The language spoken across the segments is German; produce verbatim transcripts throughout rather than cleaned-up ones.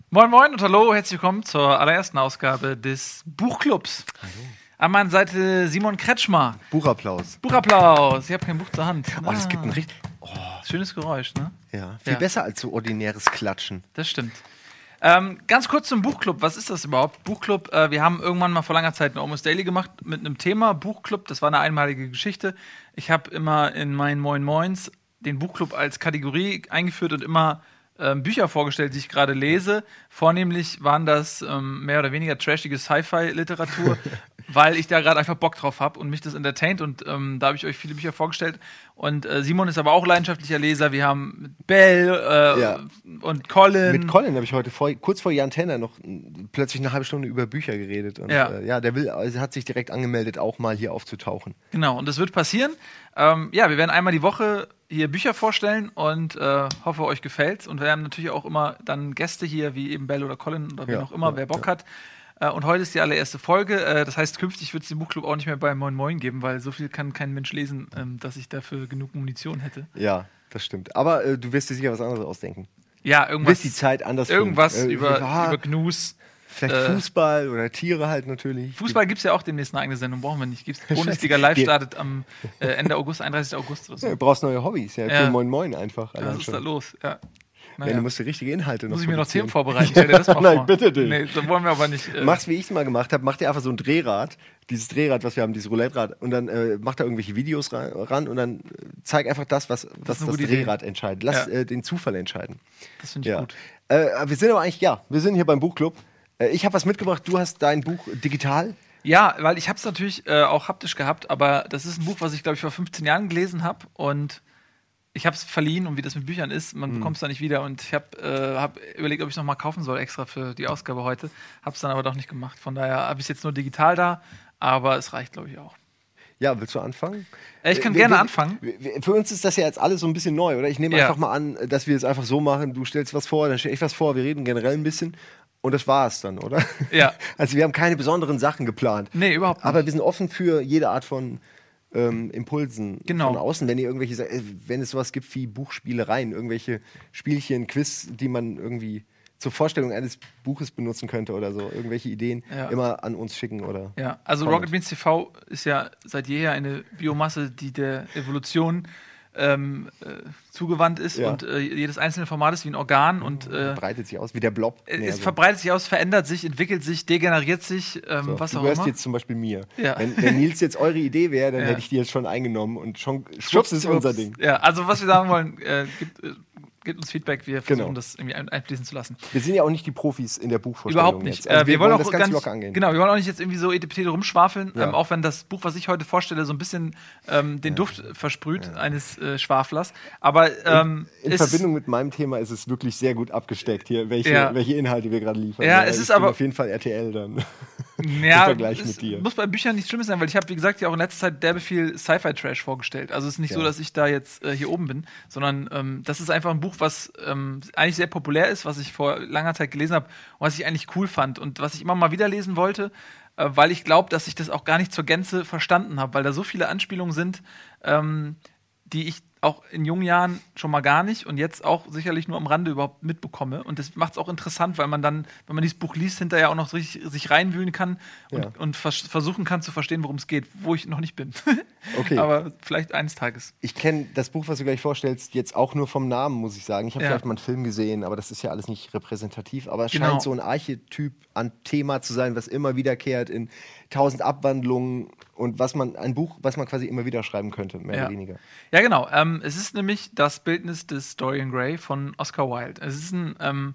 Moin Moin und hallo, herzlich willkommen zur allerersten Ausgabe des Buchclubs. Hallo. An meiner Seite Simon Kretschmer. Buchapplaus. Buchapplaus. Ich habe kein Buch zur Hand. Oh, das gibt ein richtig... Oh. Schönes Geräusch, ne? Ja, viel Ja. besser als so ordinäres Klatschen. Das stimmt. Ähm, ganz kurz zum Buchclub. Was ist das überhaupt? Buchclub, äh, wir haben irgendwann mal vor langer Zeit ein Almost Daily gemacht mit einem Thema Buchclub. Das war eine einmalige Geschichte. Ich habe immer in meinen Moin Moins den Buchclub als Kategorie eingeführt und immer ähm, Bücher vorgestellt, die ich gerade lese. Vornehmlich waren das ähm, mehr oder weniger trashige Sci-Fi-Literatur, weil ich da gerade einfach Bock drauf habe und mich das entertaint. Und ähm, da habe ich euch viele Bücher vorgestellt. Und äh, Simon ist aber auch leidenschaftlicher Leser. Wir haben mit Bell äh, Ja. und Colin. Mit Colin habe ich heute vor, kurz vor Jan Tenner noch m, plötzlich eine halbe Stunde über Bücher geredet. Und, Ja. äh, ja, der will, also hat sich direkt angemeldet, auch mal hier aufzutauchen. Genau, und das wird passieren. Ähm, ja, wir werden einmal die Woche hier Bücher vorstellen und äh, hoffe, euch gefällt's. Und wir haben natürlich auch immer dann Gäste hier, wie eben Bell oder Colin oder wer Ja, auch immer, ja, wer Bock ja. hat. Äh, und heute ist die allererste Folge. Äh, das heißt, künftig wird es den Buchclub auch nicht mehr bei Moin Moin geben, weil so viel kann kein Mensch lesen, ähm, dass ich dafür genug Munition hätte. Ja, das stimmt. Aber äh, du wirst dir sicher was anderes ausdenken. Ja, Du irgendwas, wirst die Zeit anders irgendwas füllen. Äh, über, ah, über Gnus. Vielleicht äh, Fußball oder Tiere halt natürlich. Fußball gibt es ja auch demnächst eine eigene Sendung, brauchen wir nicht. Gibt's Bundesliga Live Die- startet am äh, Ende August, einunddreißigsten August oder so. Ja, du brauchst neue Hobbys, ja, Ja. für Moin Moin einfach. Ja, allein was ist schon. da los? Ja. Ja, Naja. du musst die richtige Inhalte noch Muss ich mir noch produzieren. Themen vorbereiten? Stell dir das mal Nein, vor. bitte dich. Nee, so wollen wir aber nicht. Äh, Mach's, wie ich es mal gemacht habe, mach dir einfach so ein Drehrad, dieses Drehrad, was wir haben, dieses Roulette-Rad, und dann äh, mach da irgendwelche Videos ran, ran und dann äh, zeig einfach das, was, was eine das, gute Idee. Drehrad entscheidet. Lass Ja. äh, den Zufall entscheiden. das finde ich Ja. gut. Äh, wir sind aber eigentlich, ja, wir sind hier beim Buchclub. Äh, ich habe was mitgebracht, du hast dein Buch digital. Ja, weil ich habe es natürlich äh, auch haptisch gehabt, aber das ist ein Buch, was ich, glaube ich, vor fünfzehn Jahren gelesen habe und ich habe es verliehen und wie das mit Büchern ist, man bekommt es da nicht wieder und ich habe äh, hab überlegt, ob ich es nochmal kaufen soll extra für die Ausgabe heute, habe es dann aber doch nicht gemacht. Von daher habe ich es jetzt nur digital da, aber es reicht, glaube ich, auch. Ja, willst du anfangen? Äh, ich kann Wir- gerne wir- anfangen. wir- Für uns ist das ja jetzt alles so ein bisschen neu, oder? Ich nehme Ja. einfach mal an, dass wir es einfach so machen, du stellst was vor, dann stelle ich was vor, wir reden generell ein bisschen und das war's dann, oder? Ja. Also wir haben keine besonderen Sachen geplant. Nee, überhaupt nicht. Aber wir sind offen für jede Art von ähm, Impulsen Genau. von außen. Wenn ihr irgendwelche, Sa- äh, wenn es sowas gibt wie Buchspielereien, irgendwelche Spielchen, Quiz, die man irgendwie zur Vorstellung eines Buches benutzen könnte oder so, irgendwelche Ideen, Ja. immer an uns schicken oder. Ja, also Comment. Rocket Beans T V ist ja seit jeher eine Biomasse, die der Evolution ähm, äh, zugewandt ist Ja. und äh, jedes einzelne Format ist wie ein Organ und äh, Breitet sich aus, wie der Blob. es Nee, also- verbreitet sich aus, verändert sich, entwickelt sich, degeneriert sich, ähm, So, was du auch gehörst immer. jetzt zum Beispiel mir. Ja. Wenn, wenn Nils jetzt eure Idee wäre, dann Ja. hätte ich die jetzt schon eingenommen und schon schwupps ist unser Ding. Ja, also was wir sagen wollen, äh, gibt, äh, gebt uns Feedback, wir versuchen Genau. das irgendwie ein, einfließen zu lassen. Wir sind ja auch nicht die Profis in der Buchvorstellung. Überhaupt nicht. Jetzt. Also äh, wir, wollen das auch ganz ganz locker angehen. Genau, wir wollen auch nicht jetzt irgendwie so etepetete rumschwafeln, Ja. ähm, auch wenn das Buch, was ich heute vorstelle, so ein bisschen ähm, den Duft versprüht eines äh, Schwaflers. Aber ähm, In es Verbindung mit meinem Thema ist es wirklich sehr gut abgesteckt hier, welche, Ja. welche Inhalte wir gerade liefern. Ja, es ich ist bin aber- auf jeden Fall R T L dann. ja, Vergleich es mit dir. muss bei Büchern nichts Schlimmes sein, weil ich habe, wie gesagt, ja auch in letzter Zeit derbe viel Sci-Fi-Trash vorgestellt. Also es ist nicht so, Ja. dass ich da jetzt äh, hier oben bin, sondern ähm, das ist einfach ein Buch, was ähm, eigentlich sehr populär ist, was ich vor langer Zeit gelesen habe und was ich eigentlich cool fand und was ich immer mal wieder lesen wollte, äh, weil ich glaube, dass ich das auch gar nicht zur Gänze verstanden habe, weil da so viele Anspielungen sind, ähm, die ich auch in jungen Jahren schon mal gar nicht und jetzt auch sicherlich nur am Rande überhaupt mitbekomme. Und das macht es auch interessant, weil man dann, wenn man dieses Buch liest, hinterher auch noch richtig, sich reinwühlen kann und, Ja. und vers versuchen kann zu verstehen, worum es geht, wo ich noch nicht bin. Okay. Aber vielleicht eines Tages. Ich kenne das Buch, was du gleich vorstellst, jetzt auch nur vom Namen, muss ich sagen. Ich habe Ja. vielleicht mal einen Film gesehen, aber das ist ja alles nicht repräsentativ. Aber es Genau. scheint so ein Archetyp an Thema zu sein, was immer wiederkehrt in tausend Abwandlungen und was man, ein Buch, was man quasi immer wieder schreiben könnte, mehr Ja. oder weniger. Ja, genau. Ähm, es ist nämlich das Bildnis des Dorian Gray von Oscar Wilde. Es ist ein ähm,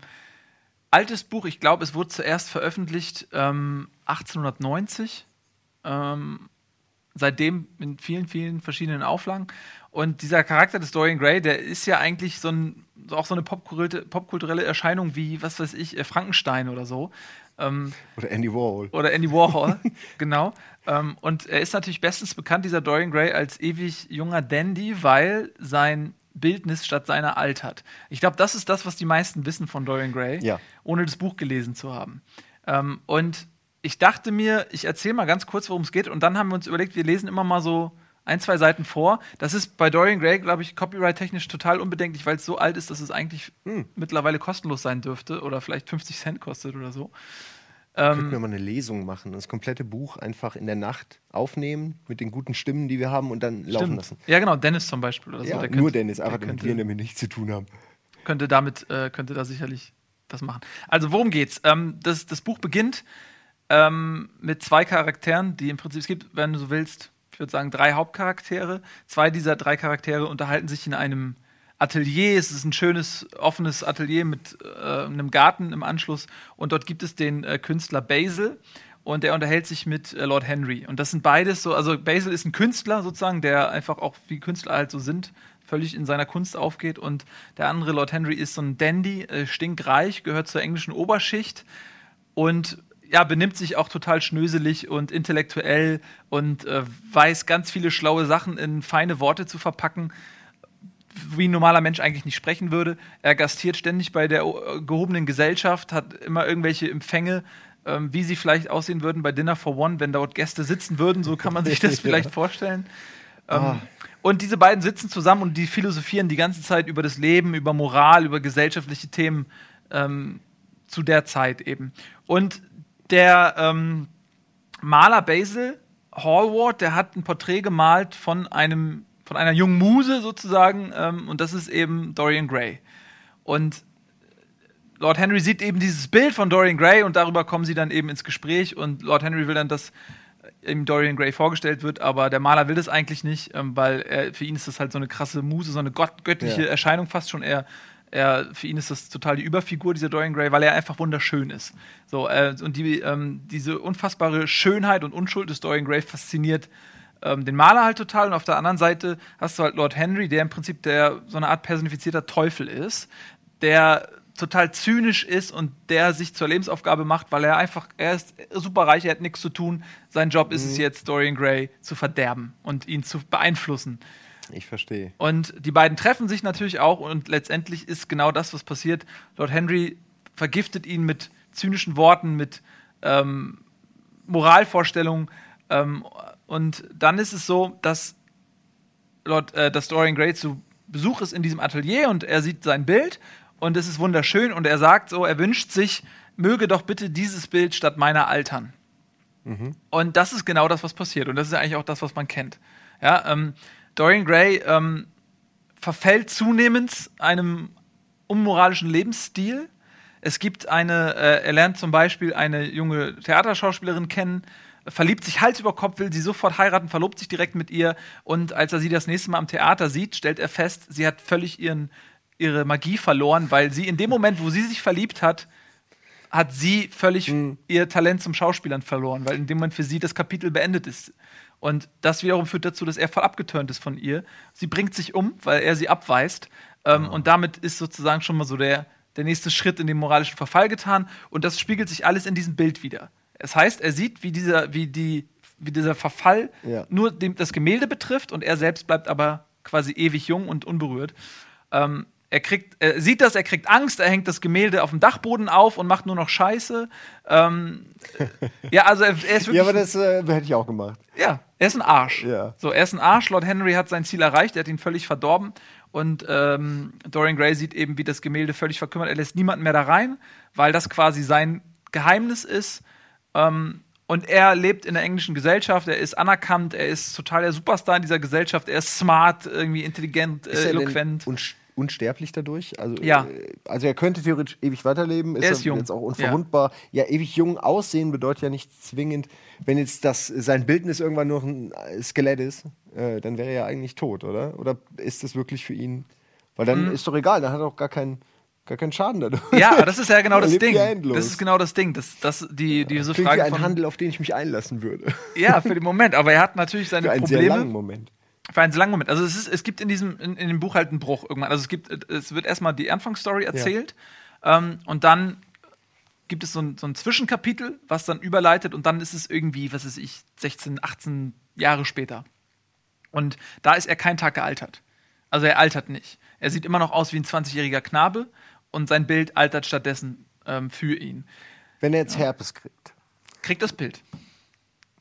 altes Buch. Ich glaube, es wurde zuerst veröffentlicht ähm, achtzehnhundertneunzig. Ähm, seitdem in vielen, vielen verschiedenen Auflagen. Und dieser Charakter des Dorian Gray, der ist ja eigentlich so ein, auch so eine popkulturelle, popkulturelle Erscheinung wie, was weiß ich, äh, Frankenstein oder so. Ähm, Oder Andy Warhol. Oder Andy Warhol, genau. Ähm, und er ist natürlich bestens bekannt, dieser Dorian Gray, als ewig junger Dandy, weil sein Bildnis statt seiner altert. Ich glaube, das ist das, was die meisten wissen von Dorian Gray, Ja. ohne das Buch gelesen zu haben. Ähm, und ich dachte mir, ich erzähle mal ganz kurz, worum es geht. Und dann haben wir uns überlegt, wir lesen immer mal so ein, zwei Seiten vor. Das ist bei Dorian Gray, glaube ich, copyright-technisch total unbedenklich, weil es so alt ist, dass es eigentlich hm. mittlerweile kostenlos sein dürfte oder vielleicht fünfzig Cent kostet oder so. Ähm, Könnten wir mal eine Lesung machen, das komplette Buch einfach in der Nacht aufnehmen mit den guten Stimmen, die wir haben und dann laufen stimmt. lassen. Ja, genau, Dennis zum Beispiel oder so. Ja, der nur könnte, Dennis, einfach damit wir damit nichts zu tun haben. Könnte damit, äh, könnte da sicherlich das machen. Also worum geht's? Ähm, das, das Buch beginnt ähm, mit zwei Charakteren, die im Prinzip, es gibt, wenn du so willst, ich würde sagen, drei Hauptcharaktere. Zwei dieser drei Charaktere unterhalten sich in einem Atelier. Es ist ein schönes, offenes Atelier mit äh, einem Garten im Anschluss. Und dort gibt es den äh, Künstler Basil. Und der unterhält sich mit äh, Lord Henry. Und das sind beides so, also Basil ist ein Künstler sozusagen, der einfach auch, wie Künstler halt so sind, völlig in seiner Kunst aufgeht. Und der andere, Lord Henry, ist so ein Dandy, äh, stinkreich, gehört zur englischen Oberschicht. Und ja, benimmt sich auch total schnöselig und intellektuell und äh, weiß ganz viele schlaue Sachen in feine Worte zu verpacken, wie ein normaler Mensch eigentlich nicht sprechen würde. Er gastiert ständig bei der äh, gehobenen Gesellschaft, hat immer irgendwelche Empfänge, ähm, wie sie vielleicht aussehen würden bei Dinner for One, wenn dort Gäste sitzen würden. So kann man sich das vielleicht vorstellen. Ähm, oh. Und diese beiden sitzen zusammen und die philosophieren die ganze Zeit über das Leben, über Moral, über gesellschaftliche Themen ähm, zu der Zeit eben. Und der ähm, Maler Basil Hallward, der hat ein Porträt gemalt von einem, von einer jungen Muse sozusagen, ähm, und das ist eben Dorian Gray. Und Lord Henry sieht eben dieses Bild von Dorian Gray und darüber kommen sie dann eben ins Gespräch und Lord Henry will dann, dass ihm Dorian Gray vorgestellt wird, aber der Maler will das eigentlich nicht, ähm, weil er, für ihn ist das halt so eine krasse Muse, so eine gott göttliche ja. Erscheinung fast schon. Er Er, für ihn ist das total die Überfigur, dieser Dorian Gray, weil er einfach wunderschön ist. So, äh, und die, ähm, diese unfassbare Schönheit und Unschuld des Dorian Gray fasziniert ähm, den Maler halt total. Und auf der anderen Seite hast du halt Lord Henry, der im Prinzip der so eine Art personifizierter Teufel ist, der total zynisch ist und der sich zur Lebensaufgabe macht, weil er einfach, er ist super reich, er hat nichts zu tun. Sein Job mhm. ist es jetzt, Dorian Gray zu verderben und ihn zu beeinflussen. Ich verstehe. Und die beiden treffen sich natürlich auch und letztendlich ist genau das, was passiert. Lord Henry vergiftet ihn mit zynischen Worten, mit ähm, Moralvorstellungen ähm, und dann ist es so, dass, Lord, äh, dass Dorian Gray zu Besuch ist in diesem Atelier und er sieht sein Bild und es ist wunderschön und er sagt so, er wünscht sich, möge doch bitte dieses Bild statt meiner altern. Mhm. Und das ist genau das, was passiert und das ist eigentlich auch das, was man kennt. Ja, ähm, Dorian Gray ähm, verfällt zunehmend einem unmoralischen Lebensstil. Es gibt eine, äh, er lernt zum Beispiel eine junge Theaterschauspielerin kennen, verliebt sich Hals über Kopf, will sie sofort heiraten, verlobt sich direkt mit ihr und als er sie das nächste Mal am Theater sieht, stellt er fest, sie hat völlig ihren, ihre Magie verloren, weil sie in dem Moment, wo sie sich verliebt hat, hat sie völlig mhm. ihr Talent zum Schauspielern verloren, weil in dem Moment für sie das Kapitel beendet ist. Und das wiederum führt dazu, dass er voll abgeturnt ist von ihr. Sie bringt sich um, weil er sie abweist. Ähm, oh. Und damit ist sozusagen schon mal so der, der nächste Schritt in den moralischen Verfall getan. Und das spiegelt sich alles in diesem Bild wieder. Das heißt, er sieht, wie dieser, wie die, wie dieser Verfall ja. nur dem, das Gemälde betrifft und er selbst bleibt aber quasi ewig jung und unberührt. Ähm, Er, kriegt, er sieht das, er kriegt Angst, er hängt das Gemälde auf dem Dachboden auf und macht nur noch Scheiße. Ähm, ja, also er, er ist wirklich... Ja, aber das äh, hätte ich auch gemacht. Ja, er ist ein Arsch. Ja. So, er ist ein Arsch. Lord Henry hat sein Ziel erreicht, er hat ihn völlig verdorben. Und ähm, Dorian Gray sieht eben, wie das Gemälde völlig verkümmert. Er lässt niemanden mehr da rein, weil das quasi sein Geheimnis ist. Ähm, und er lebt in der englischen Gesellschaft, er ist anerkannt, er ist total der Superstar in dieser Gesellschaft, er ist smart, irgendwie intelligent, äh, eloquent. Unsterblich dadurch? Also, ja. äh, also er könnte theoretisch ewig weiterleben, ist er ist er jung. Jetzt auch unverwundbar. Ja. ja, ewig jung aussehen bedeutet ja nicht zwingend, wenn jetzt das, sein Bildnis irgendwann nur ein Skelett ist, äh, dann wäre er ja eigentlich tot, oder? Oder ist das wirklich für ihn? Weil dann mhm. ist doch egal, dann hat er auch gar keinen gar keinen Schaden dadurch. Ja, das ist ja genau das Ding. Das ist genau das Ding. Das, das, die, diese Klingt Frage wie ein von, Handel, auf den ich mich einlassen würde. Ja, für den Moment. Aber er hat natürlich seine für einen Probleme. Sehr langen Moment. Für einen sehr langen Moment. Also es, ist, es gibt in diesem in, in dem Buch halt einen Bruch irgendwann. Also es gibt, es wird erstmal die Anfangsstory erzählt ja. ähm, und dann gibt es so ein, so ein Zwischenkapitel, was dann überleitet und dann ist es irgendwie, was weiß ich, sechzehn, achtzehn Jahre später. Und da ist er kein Tag gealtert. Also er altert nicht. Er sieht immer noch aus wie ein zwanzigjähriger Knabe und sein Bild altert stattdessen ähm, für ihn. Wenn er jetzt Herpes kriegt. Kriegt das Bild.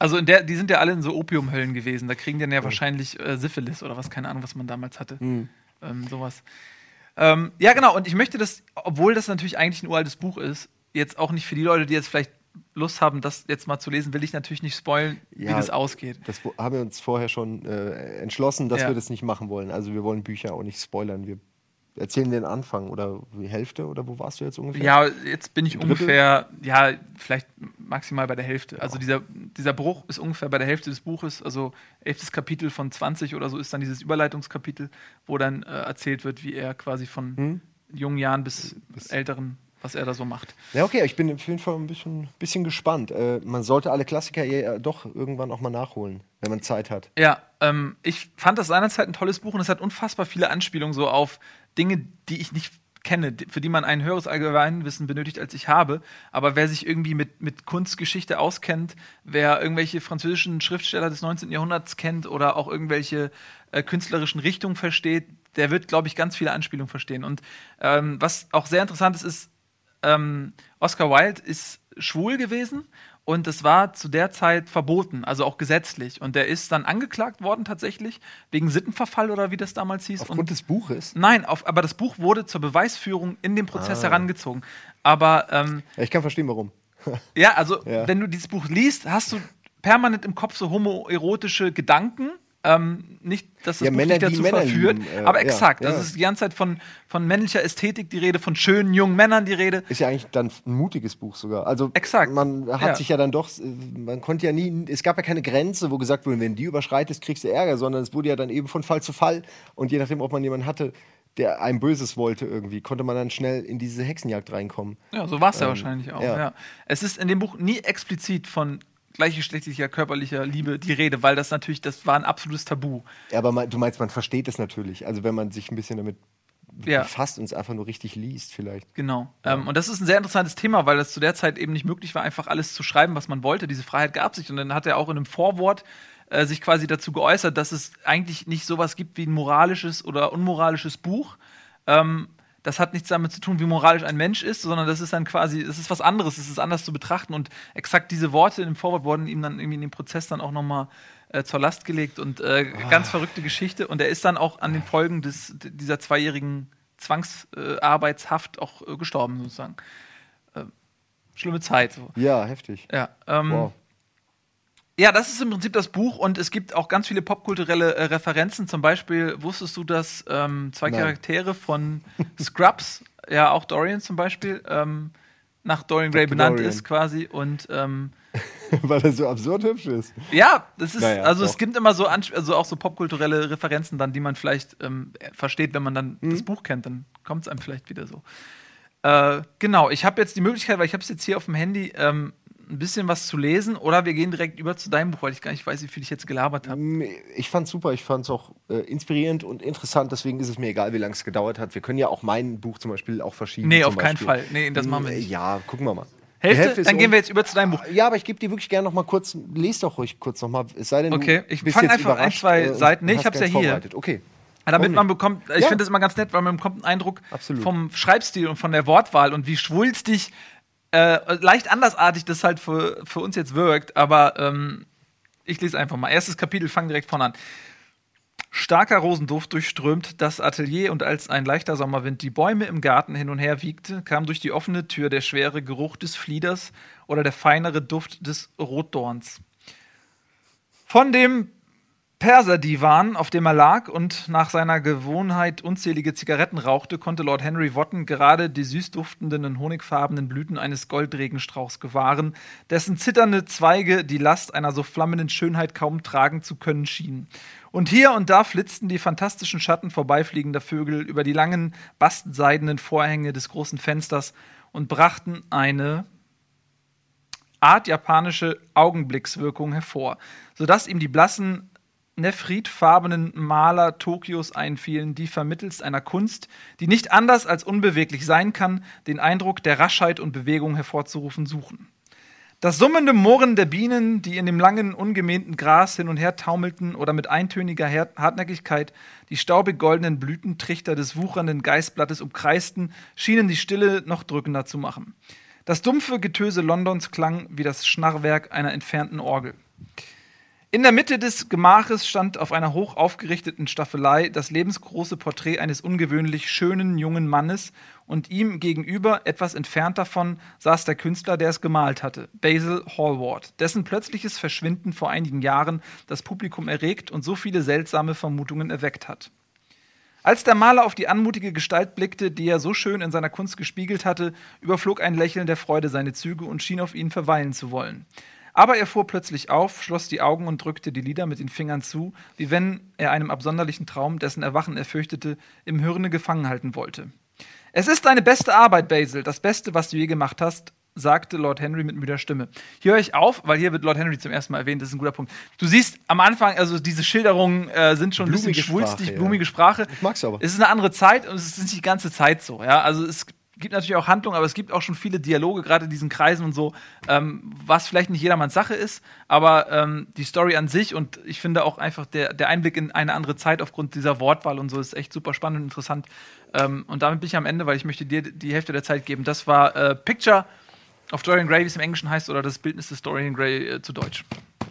Also in der, die sind ja alle in so Opiumhöllen gewesen. Da kriegen die dann ja, ja. wahrscheinlich äh, Syphilis oder was, keine Ahnung, was man damals hatte. Mhm. Ähm, sowas. Ähm, ja, genau. Und ich möchte das, obwohl das natürlich eigentlich ein uraltes Buch ist, jetzt auch nicht für die Leute, die jetzt vielleicht Lust haben, das jetzt mal zu lesen, will ich natürlich nicht spoilen, ja, wie das ausgeht. Das haben wir uns vorher schon äh, entschlossen, dass ja. wir das nicht machen wollen. Also wir wollen Bücher auch nicht spoilern. Wir erzählen den Anfang oder die Hälfte, oder wo warst du jetzt ungefähr? Ja, jetzt bin ich ungefähr, ja, vielleicht maximal bei der Hälfte. Also dieser, dieser Bruch ist ungefähr bei der Hälfte des Buches, also elftes Kapitel von zwanzig oder so ist dann dieses Überleitungskapitel, wo dann äh, erzählt wird, wie er quasi von hm? jungen Jahren bis, bis älteren, was er da so macht. Ja, okay, ich bin auf jeden Fall ein bisschen, bisschen gespannt. Äh, man sollte alle Klassiker ja doch irgendwann auch mal nachholen, wenn man Zeit hat. Ja, ähm, ich fand das seinerzeit ein tolles Buch und es hat unfassbar viele Anspielungen so auf Dinge, die ich nicht kenne, für die man ein höheres Allgemeinwissen benötigt, als ich habe. Aber wer sich irgendwie mit, mit Kunstgeschichte auskennt, wer irgendwelche französischen Schriftsteller des neunzehnten Jahrhunderts kennt oder auch irgendwelche äh, künstlerischen Richtungen versteht, der wird, glaube ich, ganz viele Anspielungen verstehen. Und ähm, was auch sehr interessant ist, ist, ähm, Oscar Wilde ist schwul gewesen. Und es war zu der Zeit verboten, also auch gesetzlich. Und der ist dann angeklagt worden tatsächlich, wegen Sittenverfall oder wie das damals hieß. Aufgrund und des Buches? Nein, auf, aber das Buch wurde zur Beweisführung in dem Prozess ah. herangezogen. Aber ähm, ja, ich kann verstehen, warum. ja, also ja. wenn du dieses Buch liest, hast du permanent im Kopf so homoerotische Gedanken. Ähm, nicht, dass das ja, Buch Männer, dich dazu Männer verführt, lieben, äh, aber exakt. Ja, ja. Das ist die ganze Zeit von, von männlicher Ästhetik die Rede, von schönen jungen Männern die Rede. Ist ja eigentlich dann ein mutiges Buch sogar. Also exakt. Man hat ja. sich ja dann doch, man konnte ja nie, es gab ja keine Grenze, wo gesagt wurde, wenn die überschreitest, kriegst du Ärger, sondern es wurde ja dann eben von Fall zu Fall. Und je nachdem, ob man jemanden hatte, der einem Böses wollte irgendwie, konnte man dann schnell in diese Hexenjagd reinkommen. Ja, so war es ja ähm, wahrscheinlich auch. Ja. Ja. Es ist in dem Buch nie explizit von gleichgeschlechtlicher, körperlicher Liebe die Rede, weil das natürlich, das war ein absolutes Tabu. Ja, aber man, du meinst, man versteht es natürlich. Also wenn man sich ein bisschen damit ja. befasst und es einfach nur richtig liest vielleicht. Genau. Ja. Ähm, und das ist ein sehr interessantes Thema, weil das zu der Zeit eben nicht möglich war, einfach alles zu schreiben, was man wollte. Diese Freiheit gab sich. Und dann hat er auch in einem Vorwort äh, sich quasi dazu geäußert, dass es eigentlich nicht sowas gibt wie ein moralisches oder unmoralisches Buch. Ähm, Das hat nichts damit zu tun, wie moralisch ein Mensch ist, sondern das ist dann quasi, es ist was anderes, es ist anders zu betrachten. Und exakt diese Worte in dem Vorwort wurden ihm dann irgendwie in dem Prozess dann auch nochmal äh, zur Last gelegt. Und äh, oh. ganz verrückte Geschichte. Und er ist dann auch an den Folgen des, dieser zweijährigen Zwangsarbeitshaft äh, auch äh, gestorben, sozusagen. Äh, schlimme Zeit. So. Ja, heftig. Ja, ähm, wow. Ja, das ist im Prinzip das Buch und es gibt auch ganz viele popkulturelle äh, Referenzen. Zum Beispiel wusstest du, dass ähm, zwei Nein. Charaktere von Scrubs, ja auch Dorian zum Beispiel, ähm, nach Dorian Gray benannt Dorian. ist quasi und ähm, weil er so absurd hübsch ist. Ja, das ist, naja, also doch. es gibt immer so, also auch so popkulturelle Referenzen dann, die man vielleicht ähm, versteht, wenn man dann mhm. das Buch kennt, dann kommt es einem vielleicht wieder so. Äh, genau, ich habe jetzt die Möglichkeit, weil ich habe es jetzt hier auf dem Handy, ähm, ein bisschen was zu lesen oder wir gehen direkt über zu deinem Buch, weil ich gar nicht weiß, wie viel ich jetzt gelabert habe. Ich fand's super, ich fand's auch äh, inspirierend und interessant, deswegen ist es mir egal, wie lange es gedauert hat. Wir können ja auch mein Buch zum Beispiel auch verschieben. Nee, auf Beispiel. keinen Fall. Nee, das machen wir nicht. Ja, gucken wir mal. Hälfte? Hälfte Dann gehen wir jetzt über zu deinem Buch. Ja, aber ich gebe dir wirklich gerne noch mal kurz, lest doch ruhig kurz noch mal, es sei denn, okay, ich du bist fange jetzt einfach ein, zwei äh, Seiten. Nee, ich hab's ja hier. Okay. Ja, damit man bekommt, ich ja. finde das immer ganz nett, weil man bekommt einen Eindruck Absolut. vom Schreibstil und von der Wortwahl und wie schwulstig Äh, leicht andersartig das halt für, für uns jetzt wirkt, aber ähm, ich lese einfach mal. Erstes Kapitel, fang direkt vorne an. Starker Rosenduft durchströmt das Atelier und als ein leichter Sommerwind die Bäume im Garten hin und her wiegte, kam durch die offene Tür der schwere Geruch des Flieders oder der feinere Duft des Rotdorns. Von dem Perserdivan, auf dem er lag und nach seiner Gewohnheit unzählige Zigaretten rauchte, konnte Lord Henry Wotton gerade die süß duftenden und honigfarbenen Blüten eines Goldregenstrauchs gewahren, dessen zitternde Zweige die Last einer so flammenden Schönheit kaum tragen zu können schienen. Und hier und da flitzten die fantastischen Schatten vorbeifliegender Vögel über die langen, bastseidenen Vorhänge des großen Fensters und brachten eine Art japanische Augenblickswirkung hervor, sodass ihm die blassen nephritfarbenen Maler Tokios einfielen, die vermittelst einer Kunst, die nicht anders als unbeweglich sein kann, den Eindruck der Raschheit und Bewegung hervorzurufen suchen. Das summende Murren der Bienen, die in dem langen, ungemähten Gras hin und her taumelten oder mit eintöniger Hartnäckigkeit die staubig goldenen Blütentrichter des wuchernden Geißblattes umkreisten, schienen die Stille noch drückender zu machen. Das dumpfe Getöse Londons klang wie das Schnarrwerk einer entfernten Orgel. In der Mitte des Gemaches stand auf einer hoch aufgerichteten Staffelei das lebensgroße Porträt eines ungewöhnlich schönen jungen Mannes und ihm gegenüber, etwas entfernt davon, saß der Künstler, der es gemalt hatte, Basil Hallward, dessen plötzliches Verschwinden vor einigen Jahren das Publikum erregt und so viele seltsame Vermutungen erweckt hat. Als der Maler auf die anmutige Gestalt blickte, die er so schön in seiner Kunst gespiegelt hatte, überflog ein Lächeln der Freude seine Züge und schien auf ihn verweilen zu wollen. Aber er fuhr plötzlich auf, schloss die Augen und drückte die Lider mit den Fingern zu, wie wenn er einem absonderlichen Traum, dessen Erwachen er fürchtete, im Hirne gefangen halten wollte. »Es ist deine beste Arbeit, Basil, das Beste, was du je gemacht hast«, sagte Lord Henry mit müder Stimme. Hier höre ich auf, weil hier wird Lord Henry zum ersten Mal erwähnt, das ist ein guter Punkt. Du siehst am Anfang, also diese Schilderungen äh, sind schon blumige ein bisschen schwulstig, Sprache, blumige ja. Sprache. Ich mag's aber. Es ist eine andere Zeit und es ist nicht die ganze Zeit so, ja, also es gibt natürlich auch Handlung, aber es gibt auch schon viele Dialoge, gerade in diesen Kreisen und so, ähm, was vielleicht nicht jedermanns Sache ist, aber ähm, die Story an sich und ich finde auch einfach der, der Einblick in eine andere Zeit aufgrund dieser Wortwahl und so ist echt super spannend und interessant. Ähm, und damit bin ich am Ende, weil ich möchte dir die Hälfte der Zeit geben. Das war äh, Picture of Dorian Gray, wie es im Englischen heißt, oder das Bildnis des Dorian Gray äh, zu Deutsch.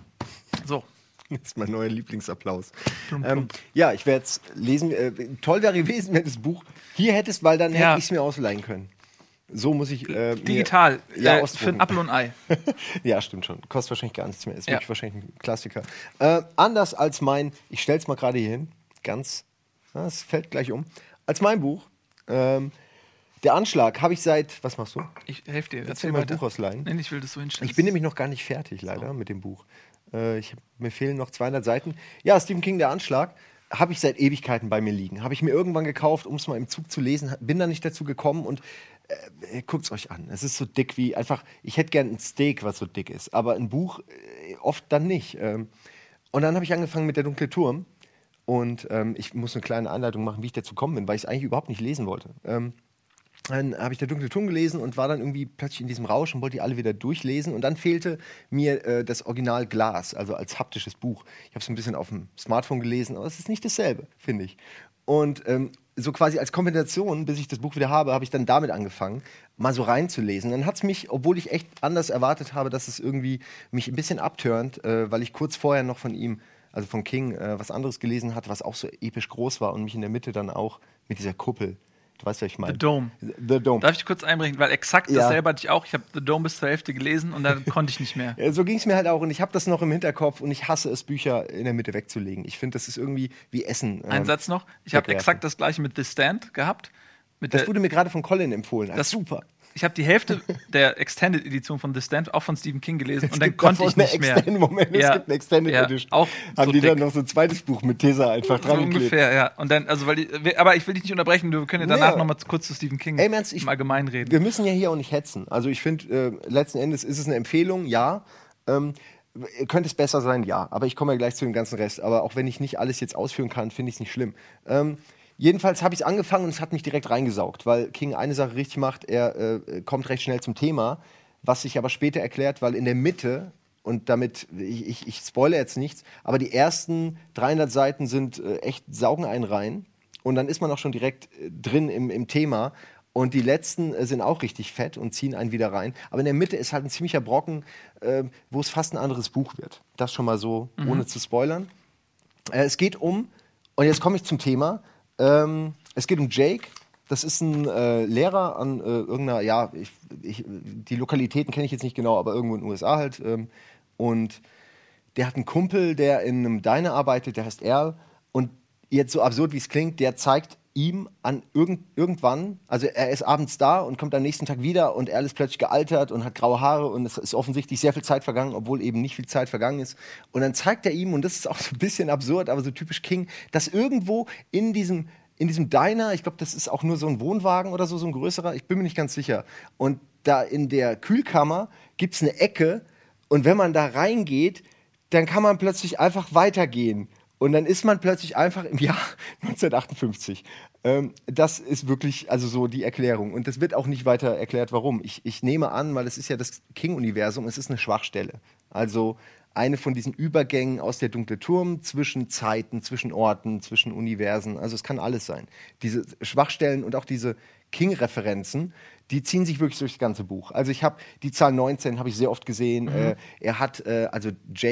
So. Das ist mein neuer Lieblingsapplaus. Ähm, ja, ich werde jetzt lesen. Äh, toll wäre gewesen, wenn das Buch hier hättest, weil dann ja. hätte ich es mir ausleihen können. So muss ich. Äh, Digital. Mir, ja, äh, für ein Apfel und Ei. Ja, stimmt schon. Kostet wahrscheinlich gar nichts mehr. Ist ja. wirklich wahrscheinlich ein Klassiker. Äh, anders als mein, ich stelle es mal gerade hier hin, ganz, es fällt gleich um, als mein Buch. Ähm, Der Anschlag habe ich seit, was machst du? Ich helfe dir. Erzähl mal ein Buch ausleihen. Nein, ich will das so hinstellen. Ich bin nämlich noch gar nicht fertig, leider, so. mit dem Buch. Äh, ich, mir fehlen noch zweihundert Seiten. Ja, Stephen King, Der Anschlag, habe ich seit Ewigkeiten bei mir liegen. Habe ich mir irgendwann gekauft, um es mal im Zug zu lesen. Bin da nicht dazu gekommen und äh, guckt es euch an. Es ist so dick wie einfach, ich hätte gern ein Steak, was so dick ist. Aber ein Buch äh, oft dann nicht. Ähm, und dann habe ich angefangen mit Der dunkle Turm. Und ähm, ich muss eine kleine Anleitung machen, wie ich dazu gekommen bin, weil ich es eigentlich überhaupt nicht lesen wollte. Ähm, Dann habe ich Der dunkle Turm gelesen und war dann irgendwie plötzlich in diesem Rausch und wollte die alle wieder durchlesen. Und dann fehlte mir äh, das Original Glas, also als haptisches Buch. Ich habe es ein bisschen auf dem Smartphone gelesen, aber es ist nicht dasselbe, finde ich. Und ähm, so quasi als Kompensation, bis ich das Buch wieder habe, habe ich dann damit angefangen, mal so reinzulesen. Dann hat es mich, obwohl ich echt anders erwartet habe, dass es irgendwie mich ein bisschen abturnt, äh, weil ich kurz vorher noch von ihm, also von King, äh, was anderes gelesen hatte, was auch so episch groß war und mich in der Mitte dann auch mit dieser Kuppel. Du weißt, was ich meine. The Dome. The Dome. Darf ich kurz einbrechen? Weil exakt Ja. dasselbe hatte ich auch. Ich habe The Dome bis zur Hälfte gelesen und dann konnte ich nicht mehr. Ja, so ging es mir halt auch. Und ich habe das noch im Hinterkopf und ich hasse es, Bücher in der Mitte wegzulegen. Ich finde, das ist irgendwie wie Essen. Ein ähm, Satz noch. Ich habe wegwerfen. exakt das gleiche mit The Stand gehabt. Mit Das der, wurde mir gerade von Colin empfohlen. Das- super. ich habe die Hälfte der Extended-Edition von The Stand, auch von Stephen King, gelesen Es und dann gibt konnte davon ich nicht eine mehr. Extended, Moment, Ja. es gibt eine Extended Ja, Edition. auch Haben so die dann dick. noch so ein zweites Buch mit Tesa einfach So dran geklebt. ungefähr, ja. Und dann, also weil die, aber ich will dich nicht unterbrechen, wir können ja danach Nee. noch mal kurz zu Stephen King Ey, im Ernst, ich- im Allgemeinen reden. Wir müssen ja hier auch nicht hetzen. Also ich finde, äh, letzten Endes ist es eine Empfehlung, ja. Ähm, könnte es besser sein, ja. Aber ich komme ja gleich zu dem ganzen Rest. Aber auch wenn ich nicht alles jetzt ausführen kann, finde ich es nicht schlimm. Ähm, jedenfalls habe ich es angefangen und es hat mich direkt reingesaugt, weil King eine Sache richtig macht, er äh, kommt recht schnell zum Thema, was sich aber später erklärt, weil in der Mitte, und damit, ich, ich, ich spoilere jetzt nichts, aber die ersten dreihundert Seiten sind äh, echt saugen einen rein und dann ist man auch schon direkt äh, drin im, im Thema. Und die letzten äh, sind auch richtig fett und ziehen einen wieder rein. Aber in der Mitte ist halt ein ziemlicher Brocken, äh, wo es fast ein anderes Buch wird. Das schon mal so, Mhm. ohne zu spoilern. Äh, es geht um, und jetzt komme ich zum Thema, ähm, es geht um Jake. Das ist ein äh, Lehrer an äh, irgendeiner, ja, ich, ich, die Lokalitäten kenne ich jetzt nicht genau, aber irgendwo in den U S A halt. Ähm, und der hat einen Kumpel, der in einem Diner arbeitet, der heißt Earl. Und jetzt so absurd, wie es klingt, der zeigt ihm an irgend, irgendwann, also er ist abends da und kommt am nächsten Tag wieder und Earl ist plötzlich gealtert und hat graue Haare und es ist offensichtlich sehr viel Zeit vergangen, obwohl eben nicht viel Zeit vergangen ist. Und dann zeigt er ihm, und das ist auch so ein bisschen absurd, aber so typisch King, dass irgendwo in diesem in diesem Diner, ich glaube, das ist auch nur so ein Wohnwagen oder so, so ein größerer, ich bin mir nicht ganz sicher. Und da in der Kühlkammer gibt es eine Ecke und wenn man da reingeht, dann kann man plötzlich einfach weitergehen. Und dann ist man plötzlich einfach im Jahr neunzehnhundertachtundfünfzig. Ähm, das ist wirklich also so die Erklärung. Und das wird auch nicht weiter erklärt, warum. Ich, ich nehme an, weil es ist ja das King-Universum, es ist eine Schwachstelle. Also eine von diesen Übergängen aus der dunkle Turm zwischen Zeiten, zwischen Orten, zwischen Universen. Also es kann alles sein. Diese Schwachstellen und auch diese King-Referenzen, die ziehen sich wirklich durch das ganze Buch. Also ich habe die Zahl neunzehn habe ich sehr oft gesehen. Mhm. Äh, er hat, äh, also Jake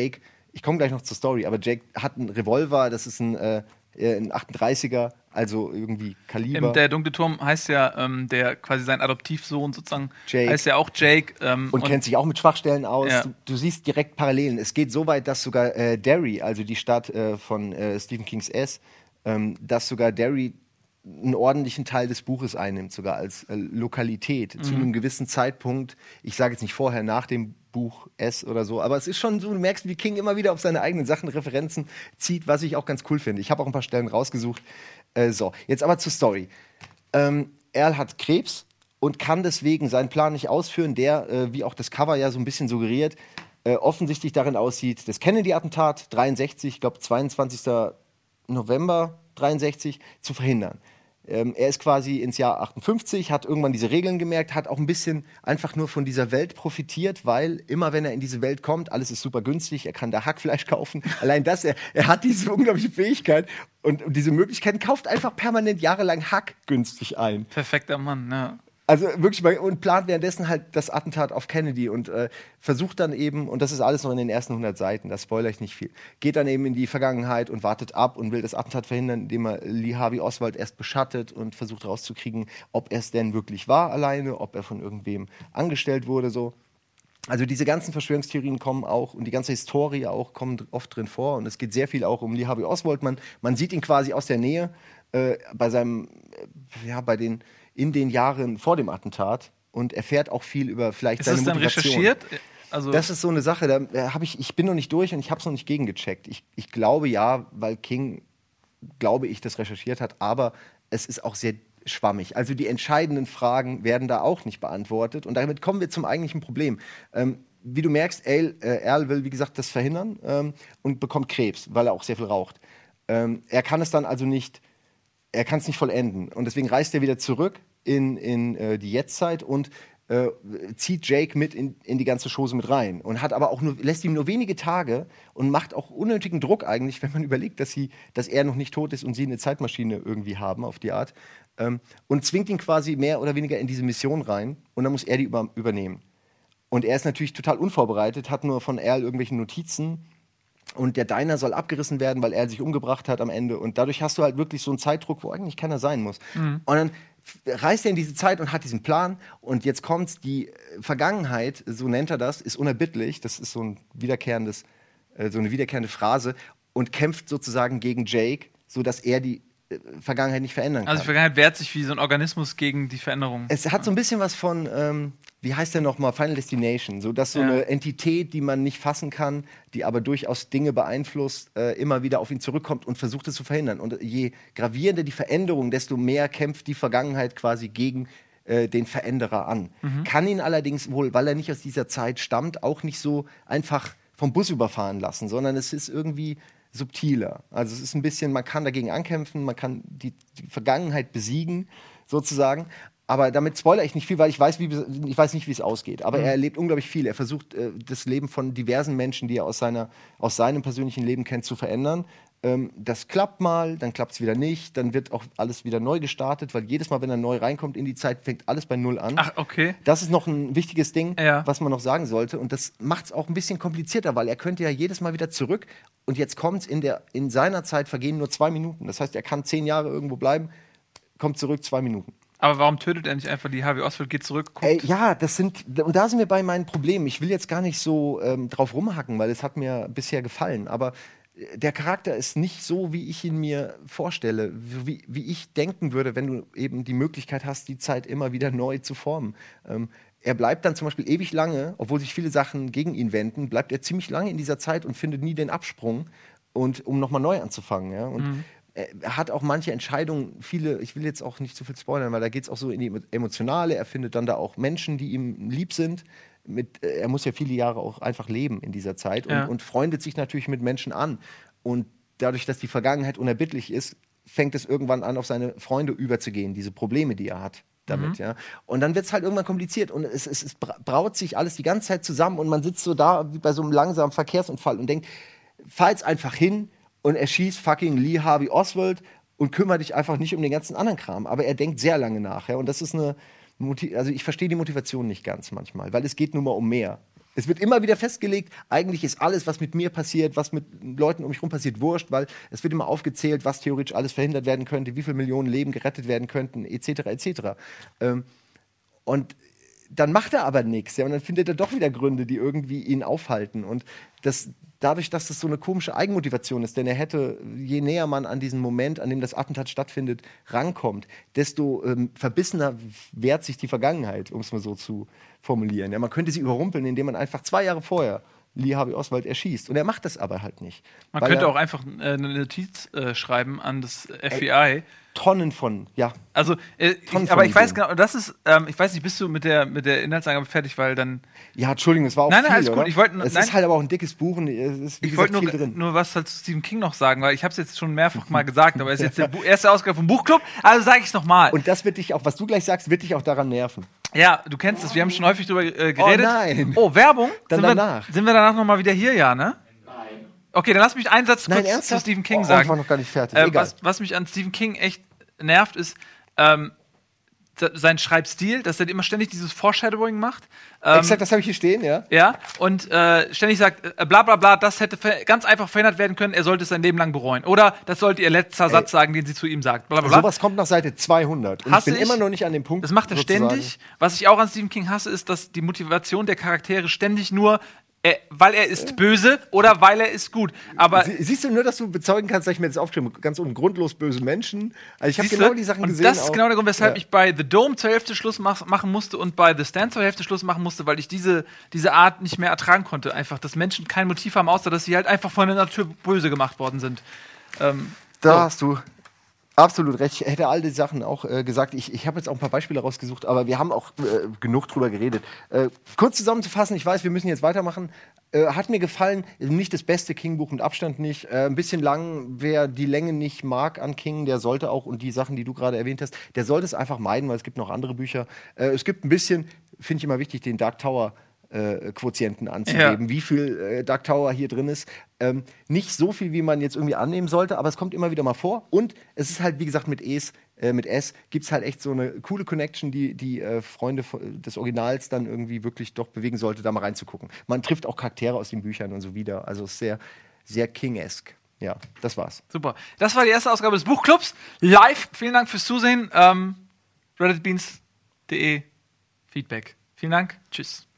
ich komme gleich noch zur Story, aber Jake hat einen Revolver, das ist ein, äh, ein achtunddreißiger, also irgendwie Kaliber. Ähm, der dunkle Turm heißt ja, ähm, der quasi sein Adoptivsohn sozusagen, Jake. heißt ja auch Jake. Ähm, und, und kennt sich auch mit Schwachstellen aus. Ja. Du, du siehst direkt Parallelen. Es geht so weit, dass sogar äh, Derry, also die Stadt äh, von äh, Stephen Kings S, ähm, dass sogar Derry einen ordentlichen Teil des Buches einnimmt, sogar als äh, Lokalität, mhm. zu einem gewissen Zeitpunkt. Ich sage jetzt nicht vorher, nach dem Buch S oder so, aber es ist schon so, du merkst, wie King immer wieder auf seine eigenen Sachen Referenzen zieht, was ich auch ganz cool finde. Ich habe auch ein paar Stellen rausgesucht. Äh, so, jetzt aber zur Story. Ähm, Earl hat Krebs und kann deswegen seinen Plan nicht ausführen, der, äh, wie auch das Cover ja so ein bisschen suggeriert, äh, offensichtlich darin aussieht, das Kennedy-Attentat dreiundsechzig, ich glaube zweiundzwanzigster November dreiundsechzig, zu verhindern. Ähm, er ist quasi ins Jahr achtundfünfzig, hat irgendwann diese Regeln gemerkt, hat auch ein bisschen einfach nur von dieser Welt profitiert, weil immer, wenn er in diese Welt kommt, alles ist super günstig, er kann da Hackfleisch kaufen. Allein das, er, er hat diese unglaubliche Fähigkeit und, und diese Möglichkeiten, kauft einfach permanent jahrelang Hack günstig ein. Perfekter Mann, ja. Also wirklich mal, und plant währenddessen halt das Attentat auf Kennedy und äh, versucht dann eben, und das ist alles noch in den ersten hundert Seiten, da spoilere ich nicht viel, geht dann eben in die Vergangenheit und wartet ab und will das Attentat verhindern, indem er Lee Harvey Oswald erst beschattet und versucht rauszukriegen, ob er es denn wirklich war alleine, ob er von irgendwem angestellt wurde, so. Also diese ganzen Verschwörungstheorien kommen auch und die ganze Historie auch kommt oft drin vor und es geht sehr viel auch um Lee Harvey Oswald. Man, man sieht ihn quasi aus der Nähe äh, bei seinem, äh, ja, bei den in den Jahren vor dem Attentat und erfährt auch viel über vielleicht ist seine das dann Motivation. Recherchiert? Also das ist so eine Sache, da äh, habe ich, ich bin noch nicht durch und ich habe es noch nicht gegengecheckt. Ich, ich glaube ja, weil King, glaube ich, das recherchiert hat, aber es ist auch sehr schwammig. Also die entscheidenden Fragen werden da auch nicht beantwortet und damit kommen wir zum eigentlichen Problem. Ähm, wie du merkst, Earl, äh, Earl will, wie gesagt, das verhindern ähm, und bekommt Krebs, weil er auch sehr viel raucht. Ähm, er kann es dann also nicht Er kann es nicht vollenden. Und deswegen reist er wieder zurück in, in äh, die Jetztzeit und äh, zieht Jake mit in, in die ganze Chose mit rein. Und hat aber auch nur, lässt ihm nur wenige Tage und macht auch unnötigen Druck eigentlich, wenn man überlegt, dass, sie, dass er noch nicht tot ist und sie eine Zeitmaschine irgendwie haben auf die Art. Ähm, und zwingt ihn quasi mehr oder weniger in diese Mission rein. Und dann muss er die über, übernehmen. Und er ist natürlich total unvorbereitet, hat nur von Earl irgendwelche Notizen. Und der Diner soll abgerissen werden, weil er sich umgebracht hat am Ende. Und dadurch hast du halt wirklich so einen Zeitdruck, wo eigentlich keiner sein muss. Mhm. Und dann reist er in diese Zeit und hat diesen Plan. Und jetzt kommt's, die Vergangenheit, so nennt er das, ist unerbittlich. Das ist so ein wiederkehrendes, äh, so eine wiederkehrende Phrase. Und kämpft sozusagen gegen Jake, sodass er die äh, Vergangenheit nicht verändern kann. Also die Vergangenheit wehrt sich wie so ein Organismus gegen die Veränderung. Es hat so ein bisschen was von, ähm, wie heißt der nochmal, Final Destination, so dass so Ja. eine Entität, die man nicht fassen kann, die aber durchaus Dinge beeinflusst, äh, immer wieder auf ihn zurückkommt und versucht es zu verhindern. Und je gravierender die Veränderung, desto mehr kämpft die Vergangenheit quasi gegen äh, den Veränderer an. Mhm. Kann ihn allerdings wohl, weil er nicht aus dieser Zeit stammt, auch nicht so einfach vom Bus überfahren lassen, sondern es ist irgendwie subtiler. Also es ist ein bisschen, man kann dagegen ankämpfen, man kann die, die Vergangenheit besiegen, sozusagen. Aber damit spoilere ich nicht viel, weil ich weiß, wie, ich weiß nicht, wie es ausgeht. Aber mhm. er erlebt unglaublich viel. Er versucht, äh, das Leben von diversen Menschen, die er aus, seiner, aus seinem persönlichen Leben kennt, zu verändern. Ähm, das klappt mal, dann klappt es wieder nicht. Dann wird auch alles wieder neu gestartet, weil jedes Mal, wenn er neu reinkommt in die Zeit, fängt alles bei Null an. Ach, okay. Das ist noch ein wichtiges Ding, ja. was man noch sagen sollte. Und das macht es auch ein bisschen komplizierter, weil er könnte ja jedes Mal wieder zurück. Und jetzt kommt es, in, in seiner Zeit vergehen nur zwei Minuten. Das heißt, er kann zehn Jahre irgendwo bleiben, kommt zurück, zwei Minuten. Aber warum tötet er nicht einfach die Harvey Oswald, geht zurück, guckt? Ey, ja, das sind, und da sind wir bei meinen Problemen. Ich will jetzt gar nicht so ähm, drauf rumhacken, weil es hat mir bisher gefallen. Aber der Charakter ist nicht so, wie ich ihn mir vorstelle, wie, wie ich denken würde, wenn du eben die Möglichkeit hast, die Zeit immer wieder neu zu formen. Ähm, er bleibt dann zum Beispiel ewig lange, obwohl sich viele Sachen gegen ihn wenden, bleibt er ziemlich lange in dieser Zeit und findet nie den Absprung, und, um nochmal neu anzufangen. Ja? Und mhm. er hat auch manche Entscheidungen, viele, ich will jetzt auch nicht zu viel spoilern, weil da geht es auch so in die Emotionale. Er findet dann da auch Menschen, die ihm lieb sind. Mit, er muss ja viele Jahre auch einfach leben in dieser Zeit und, ja. und freundet sich natürlich mit Menschen an. Und dadurch, dass die Vergangenheit unerbittlich ist, fängt es irgendwann an, auf seine Freunde überzugehen, diese Probleme, die er hat damit. Mhm. Ja. Und dann wird es halt irgendwann kompliziert und es, es, es braut sich alles die ganze Zeit zusammen und man sitzt so da wie bei so einem langsamen Verkehrsunfall und denkt, fahr jetzt einfach hin und erschießt fucking Lee Harvey Oswald und kümmere dich einfach nicht um den ganzen anderen Kram. Aber er denkt sehr lange nach. Ja? Und das ist eine Motiv- also ich verstehe die Motivation nicht ganz manchmal, weil es geht nun mal um mehr. Es wird immer wieder festgelegt, eigentlich ist alles, was mit mir passiert, was mit Leuten um mich herum passiert, wurscht, weil es wird immer aufgezählt, was theoretisch alles verhindert werden könnte, wie viele Millionen Leben gerettet werden könnten, et cetera, et cetera. Ähm, und dann macht er aber nichts, ja, und dann findet er doch wieder Gründe, die irgendwie ihn aufhalten. Und das, dadurch, dass das so eine komische Eigenmotivation ist, denn er hätte, je näher man an diesen Moment, an dem das Attentat stattfindet, rankommt, desto ähm, verbissener wehrt sich die Vergangenheit, um es mal so zu formulieren. Ja, man könnte sie überrumpeln, indem man einfach zwei Jahre vorher Lee Harvey Oswald erschießt. Und er macht das aber halt nicht. Man könnte auch einfach äh, eine Notiz äh, schreiben an das F B I. Tonnen von, ja. Also, äh, ich, aber ich weiß genau, das ist, ähm, ich weiß nicht, bist du mit der, mit der Inhaltsangabe fertig, weil dann. Ja, Entschuldigung, es war auch nein, viel, nein, alles oder? gut. Ich wollt, es nein, ist halt aber auch ein dickes Buch und es ist, wie ich gesagt, wollte viel nur, drin. nur was halt zu Stephen King noch sagen, weil ich habe es jetzt schon mehrfach mal gesagt, aber es ist jetzt die erste Ausgabe vom Buchclub, also sage ich es nochmal. Und das wird dich auch, was du gleich sagst, wird dich auch daran nerven. Ja, du kennst es, wir haben schon häufig drüber äh, geredet. Oh nein. Oh, Werbung? Dann sind danach. Wir, sind wir danach nochmal wieder hier, ja, ne? Nein. Okay, dann lass mich einen Satz Nein, kurz ernsthaft? zu Stephen King Oh, sagen. ich war noch gar nicht fertig. Äh, Egal. was, was mich an Stephen King echt nervt, ist ähm, sein Schreibstil, dass er immer ständig dieses Foreshadowing macht. Ähm, Exakt, das habe ich hier stehen, ja. Ja, und äh, ständig sagt, äh, bla bla bla, das hätte ver- ganz einfach verhindert werden können, er sollte es sein Leben lang bereuen. Oder das sollte ihr letzter Ey. Satz sagen, den sie zu ihm sagt. Bla, bla, bla. Sowas kommt nach Seite zweihundert. Und Hasse ich bin ich. immer noch nicht an dem Punkt. Das macht er sozusagen. ständig. Was ich auch an Stephen King hasse, ist, dass die Motivation der Charaktere ständig nur, äh, weil er ist böse oder weil er ist gut. Aber Sie, siehst du nur, dass du bezeugen kannst, dass ich mir das aufschreibe, ganz unten grundlos böse Menschen. Also ich habe siehste, genau die Sachen und gesehen. das ist auch. genau der Grund, weshalb Ja. ich bei The Dome zur Hälfte Schluss mach, machen musste und bei The Stand zur Hälfte Schluss machen musste, weil ich diese, diese Art nicht mehr ertragen konnte. Einfach, dass Menschen kein Motiv haben, außer dass sie halt einfach von der Natur böse gemacht worden sind. Ähm, Da so. hast du absolut recht. Ich hätte all die Sachen auch äh, gesagt. Ich, ich habe jetzt auch ein paar Beispiele rausgesucht, aber wir haben auch äh, genug drüber geredet. Äh, kurz zusammenzufassen, ich weiß, wir müssen jetzt weitermachen. Äh, hat mir gefallen, nicht das beste King-Buch und Abstand nicht. Äh, ein bisschen lang, wer die Länge nicht mag an King, der sollte auch, und die Sachen, die du gerade erwähnt hast, der sollte es einfach meiden, weil es gibt noch andere Bücher. Äh, es gibt ein bisschen, finde ich immer wichtig, den Dark Tower Äh, Quotienten anzugeben, Ja. wie viel äh, Dark Tower hier drin ist. Ähm, nicht so viel, wie man jetzt irgendwie annehmen sollte, aber es kommt immer wieder mal vor. Und es ist halt, wie gesagt, mit Es, äh, mit S gibt es halt echt so eine coole Connection, die die äh, Freunde des Originals dann irgendwie wirklich doch bewegen sollte, da mal reinzugucken. Man trifft auch Charaktere aus den Büchern und so wieder. Also es ist sehr, sehr King-esque. Ja, das war's. Super. Das war die erste Ausgabe des Buchclubs. Live. Vielen Dank fürs Zusehen. Ähm, redditbeans punkt de Feedback. Vielen Dank. Tschüss.